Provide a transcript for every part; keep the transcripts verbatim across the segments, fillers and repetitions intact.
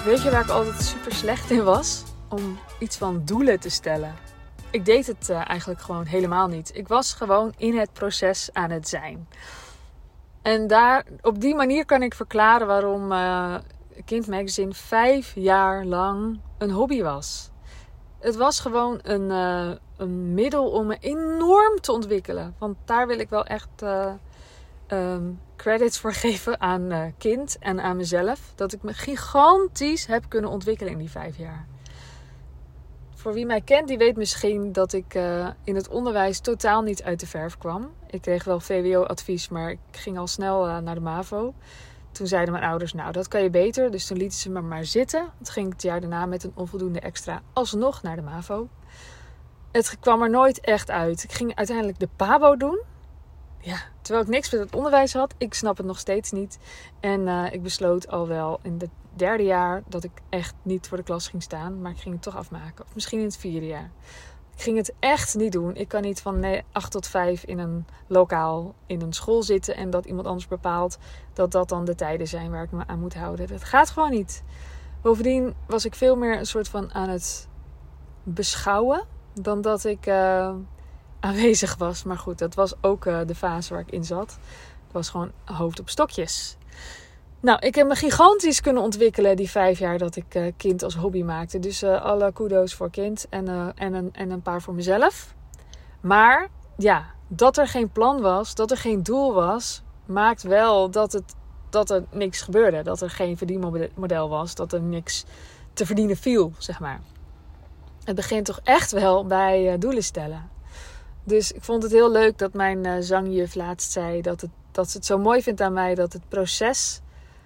Weet je waar ik altijd super slecht in was? Om iets van doelen te stellen. Ik deed het uh, eigenlijk gewoon helemaal niet. Ik was gewoon in het proces aan het zijn. En daar, op die manier kan ik verklaren waarom uh, Kind Magazine vijf jaar lang een hobby was. Het was gewoon een, uh, een middel om me enorm te ontwikkelen. Want daar wil ik wel echt uh, um, credits voor geven aan uh, Kind en aan mezelf. Dat ik me gigantisch heb kunnen ontwikkelen in die vijf jaar. Voor wie mij kent, die weet misschien dat ik uh, in het onderwijs totaal niet uit de verf kwam. Ik kreeg wel V W O-advies, maar ik ging al snel uh, naar de MAVO. Toen zeiden mijn ouders, nou dat kan je beter. Dus toen lieten ze me maar zitten. Toen ging ik het jaar daarna met een onvoldoende extra alsnog naar de MAVO. Het kwam er nooit echt uit. Ik ging uiteindelijk de PABO doen. Ja, terwijl ik niks met het onderwijs had. Ik snap het nog steeds niet. En uh, ik besloot al wel in het derde jaar dat ik echt niet voor de klas ging staan. Maar ik ging het toch afmaken. Of misschien in het vierde jaar. Ik ging het echt niet doen. Ik kan niet van acht tot vijf in een lokaal, in een school zitten. En dat iemand anders bepaalt dat dat dan de tijden zijn waar ik me aan moet houden. Dat gaat gewoon niet. Bovendien was ik veel meer een soort van aan het beschouwen. Dan dat ik uh, aanwezig was. Maar goed, dat was ook uh, de fase waar ik in zat. Het was gewoon hoofd op stokjes. Nou, ik heb me gigantisch kunnen ontwikkelen die vijf jaar dat ik uh, Kind als hobby maakte. Dus uh, alle kudo's voor Kind en, uh, en, een, en een paar voor mezelf. Maar ja, dat er geen plan was, dat er geen doel was, maakt wel dat, het, dat er niks gebeurde. Dat er geen verdienmodel was, dat er niks te verdienen viel, zeg maar. Het begint toch echt wel bij uh, doelen stellen. Dus ik vond het heel leuk dat mijn uh, zangjuf laatst zei dat, het, dat ze het zo mooi vindt aan mij dat het proces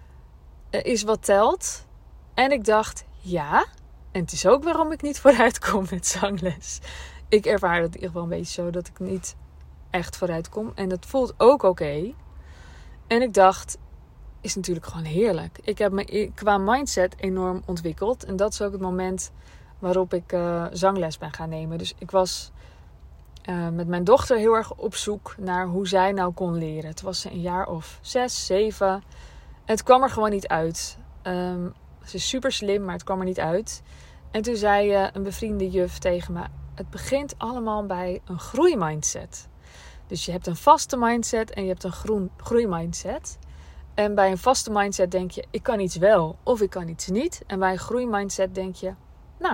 is wat telt. En ik dacht, ja. En het is ook waarom ik niet vooruit kom met zangles. Ik ervaar het in ieder geval een beetje zo dat ik niet echt vooruit kom. En het voelt ook oké. Okay. En ik dacht, is natuurlijk gewoon heerlijk. Ik heb me qua mindset enorm ontwikkeld. En dat is ook het moment waarop ik uh, zangles ben gaan nemen. Dus ik was uh, met mijn dochter heel erg op zoek naar hoe zij nou kon leren. Het was een jaar of zes, zeven. Het kwam er gewoon niet uit. Um, ze is super slim, maar het kwam er niet uit. En toen zei uh, een bevriende juf tegen me, het begint allemaal bij een groeimindset. Dus je hebt een vaste mindset en je hebt een groen, groeimindset. En bij een vaste mindset denk je, ik kan iets wel of ik kan iets niet. En bij een groeimindset denk je, nou,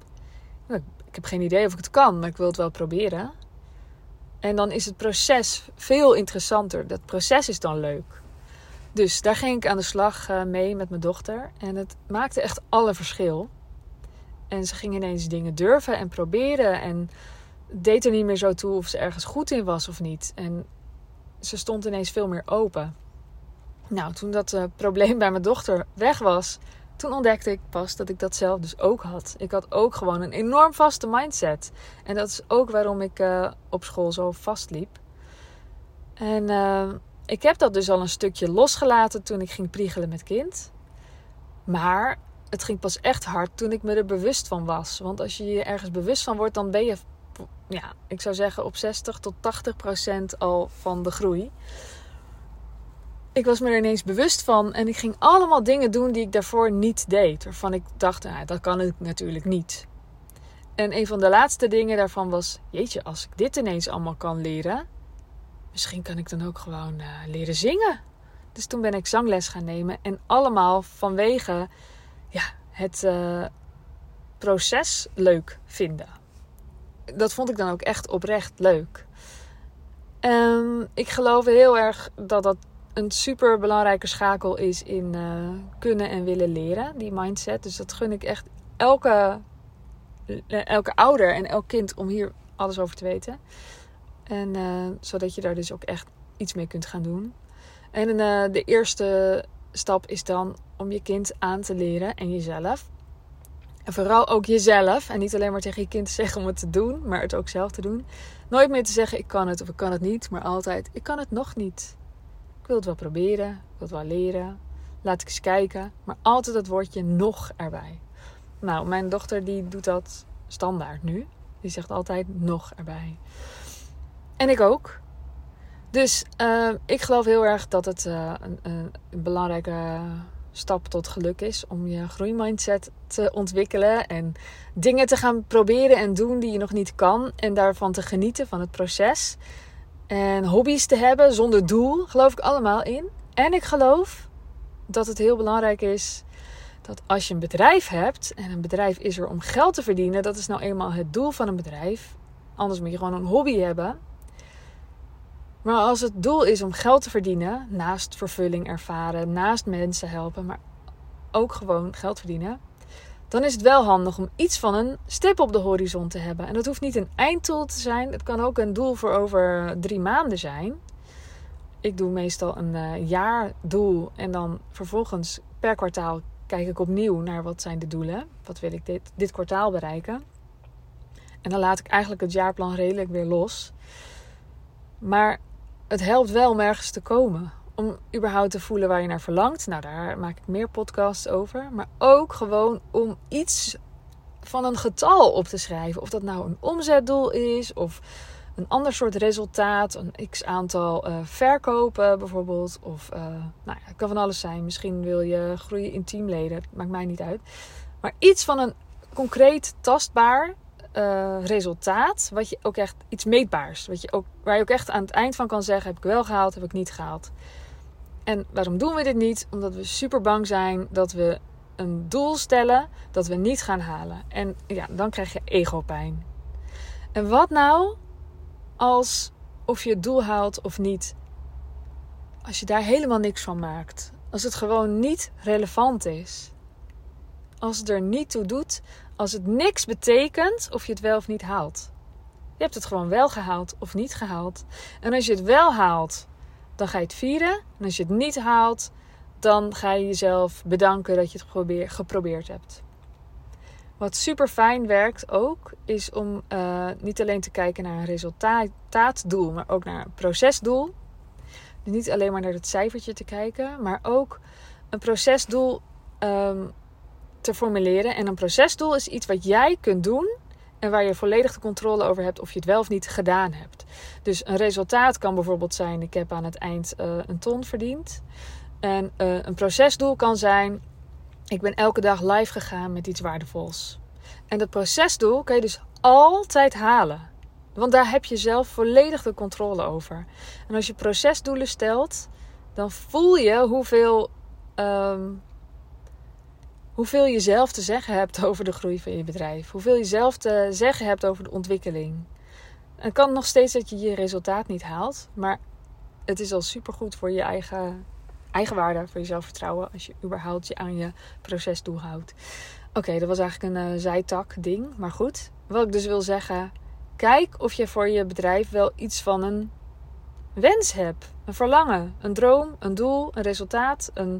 ik heb geen idee of ik het kan, maar ik wil het wel proberen. En dan is het proces veel interessanter. Dat proces is dan leuk. Dus daar ging ik aan de slag mee met mijn dochter. En het maakte echt alle verschil. En ze ging ineens dingen durven en proberen. En deed er niet meer zo toe of ze ergens goed in was of niet. En ze stond ineens veel meer open. Nou, toen dat uh, probleem bij mijn dochter weg was, toen ontdekte ik pas dat ik dat zelf dus ook had. Ik had ook gewoon een enorm vaste mindset. En dat is ook waarom ik uh, op school zo vastliep. En Uh, Ik heb dat dus al een stukje losgelaten toen ik ging priegelen met Kind. Maar het ging pas echt hard toen ik me er bewust van was. Want als je je ergens bewust van wordt, dan ben je, ja, ik zou zeggen op zestig tot tachtig procent al van de groei. Ik was me er ineens bewust van en ik ging allemaal dingen doen die ik daarvoor niet deed. Waarvan ik dacht, nou, dat kan ik natuurlijk niet. En een van de laatste dingen daarvan was, jeetje, als ik dit ineens allemaal kan leren, misschien kan ik dan ook gewoon uh, leren zingen. Dus toen ben ik zangles gaan nemen. En allemaal vanwege ja, het uh, proces leuk vinden. Dat vond ik dan ook echt oprecht leuk. Um, ik geloof heel erg dat dat een super belangrijke schakel is in uh, kunnen en willen leren. Die mindset. Dus dat gun ik echt elke, elke ouder en elk kind om hier alles over te weten. En uh, zodat je daar dus ook echt iets mee kunt gaan doen. En uh, de eerste stap is dan om je kind aan te leren en jezelf. En vooral ook jezelf. En niet alleen maar tegen je kind te zeggen om het te doen, maar het ook zelf te doen. Nooit meer te zeggen ik kan het of ik kan het niet. Maar altijd ik kan het nog niet. Ik wil het wel proberen. Ik wil het wel leren. Laat ik eens kijken. Maar altijd het woordje nog erbij. Nou, mijn dochter die doet dat standaard nu. Die zegt altijd nog erbij. En ik ook. Dus uh, ik geloof heel erg dat het uh, een, een belangrijke stap tot geluk is om je groeimindset te ontwikkelen en dingen te gaan proberen en doen die je nog niet kan en daarvan te genieten van het proces. En hobby's te hebben zonder doel, geloof ik allemaal in. En ik geloof dat het heel belangrijk is dat als je een bedrijf hebt, en een bedrijf is er om geld te verdienen, dat is nou eenmaal het doel van een bedrijf. Anders moet je gewoon een hobby hebben. Maar als het doel is om geld te verdienen, naast vervulling ervaren, naast mensen helpen, maar ook gewoon geld verdienen, dan is het wel handig om iets van een stip op de horizon te hebben. En dat hoeft niet een einddoel te zijn. Het kan ook een doel voor over drie maanden zijn. Ik doe meestal een uh, jaardoel en dan vervolgens per kwartaal kijk ik opnieuw naar wat zijn de doelen. Wat wil ik dit, dit kwartaal bereiken? En dan laat ik eigenlijk het jaarplan redelijk weer los. Maar het helpt wel om ergens te komen. Om überhaupt te voelen waar je naar verlangt. Nou, daar maak ik meer podcasts over. Maar ook gewoon om iets van een getal op te schrijven. Of dat nou een omzetdoel is. Of een ander soort resultaat. Een x-aantal uh, verkopen bijvoorbeeld. Of, uh, nou ja, het kan van alles zijn. Misschien wil je groeien in teamleden. Dat maakt mij niet uit. Maar iets van een concreet, tastbaar uh, resultaat. Wat je ook echt, iets meetbaars. Wat je ook, waar je ook echt aan het eind van kan zeggen. Heb ik wel gehaald, heb ik niet gehaald. En waarom doen we dit niet? Omdat we super bang zijn dat we een doel stellen dat we niet gaan halen. En ja, dan krijg je egopijn. En wat nou als of je het doel haalt of niet, als je daar helemaal niks van maakt. Als het gewoon niet relevant is. Als het er niet toe doet. Als het niks betekent of je het wel of niet haalt. Je hebt het gewoon wel gehaald of niet gehaald. En als je het wel haalt, dan ga je het vieren. En als je het niet haalt, dan ga je jezelf bedanken dat je het probeer, geprobeerd hebt. Wat super fijn werkt ook, is om uh, niet alleen te kijken naar een resultaatdoel, maar ook naar een procesdoel. Dus niet alleen maar naar het cijfertje te kijken, maar ook een procesdoel um, te formuleren. En een procesdoel is iets wat jij kunt doen en waar je volledig de controle over hebt of je het wel of niet gedaan hebt. Dus een resultaat kan bijvoorbeeld zijn, ik heb aan het eind uh, een ton verdiend. En uh, een procesdoel kan zijn, ik ben elke dag live gegaan met iets waardevols. En dat procesdoel kan je dus altijd halen. Want daar heb je zelf volledig de controle over. En als je procesdoelen stelt, dan voel je hoeveel, um, hoeveel je zelf te zeggen hebt over de groei van je bedrijf. Hoeveel je zelf te zeggen hebt over de ontwikkeling. Het kan nog steeds dat je je resultaat niet haalt. Maar het is al supergoed voor je eigen eigenwaarde, voor je zelfvertrouwen, als je überhaupt je aan je procesdoel houdt. Oké, okay, dat was eigenlijk een uh, zijtak ding. Maar goed, wat ik dus wil zeggen, kijk of je voor je bedrijf wel iets van een wens hebt. Een verlangen, een droom, een doel, een resultaat. Een,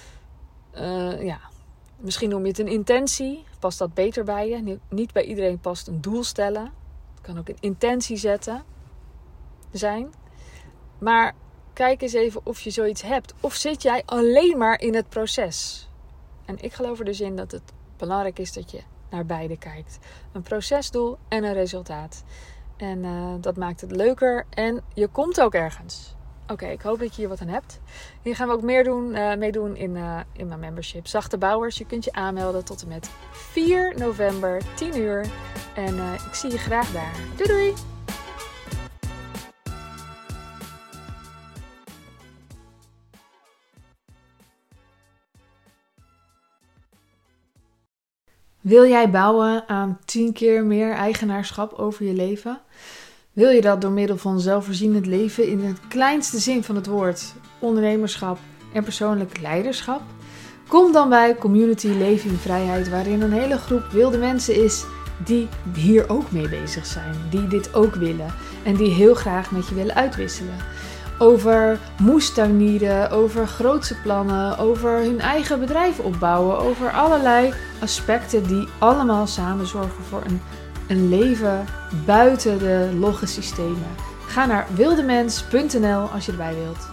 uh, ja, misschien noem je het een intentie. Past dat beter bij je? Niet bij iedereen past een doel stellen. Het kan ook een intentie zetten zijn. Maar kijk eens even of je zoiets hebt. Of zit jij alleen maar in het proces? En ik geloof er dus in dat het belangrijk is dat je naar beide kijkt. Een procesdoel en een resultaat. En uh, dat maakt het leuker. En je komt ook ergens. Oké, okay, ik hoop dat je hier wat aan hebt. Hier gaan we ook meer doen, uh, meedoen in, uh, in mijn membership. Zachte Bouwers. Je kunt je aanmelden tot en met vier november, tien uur. En uh, ik zie je graag daar. Doei doei! Wil jij bouwen aan tien keer meer eigenaarschap over je leven? Wil je dat door middel van zelfvoorzienend leven in het kleinste zin van het woord, ondernemerschap en persoonlijk leiderschap? Kom dan bij Community Leven in Vrijheid, waarin een hele groep wilde mensen is die hier ook mee bezig zijn, die dit ook willen en die heel graag met je willen uitwisselen. Over moestuinieren, over grootse plannen, over hun eigen bedrijf opbouwen, over allerlei aspecten die allemaal samen zorgen voor een, een leven buiten de logge systemen. Ga naar wildemens punt n l als je erbij wilt.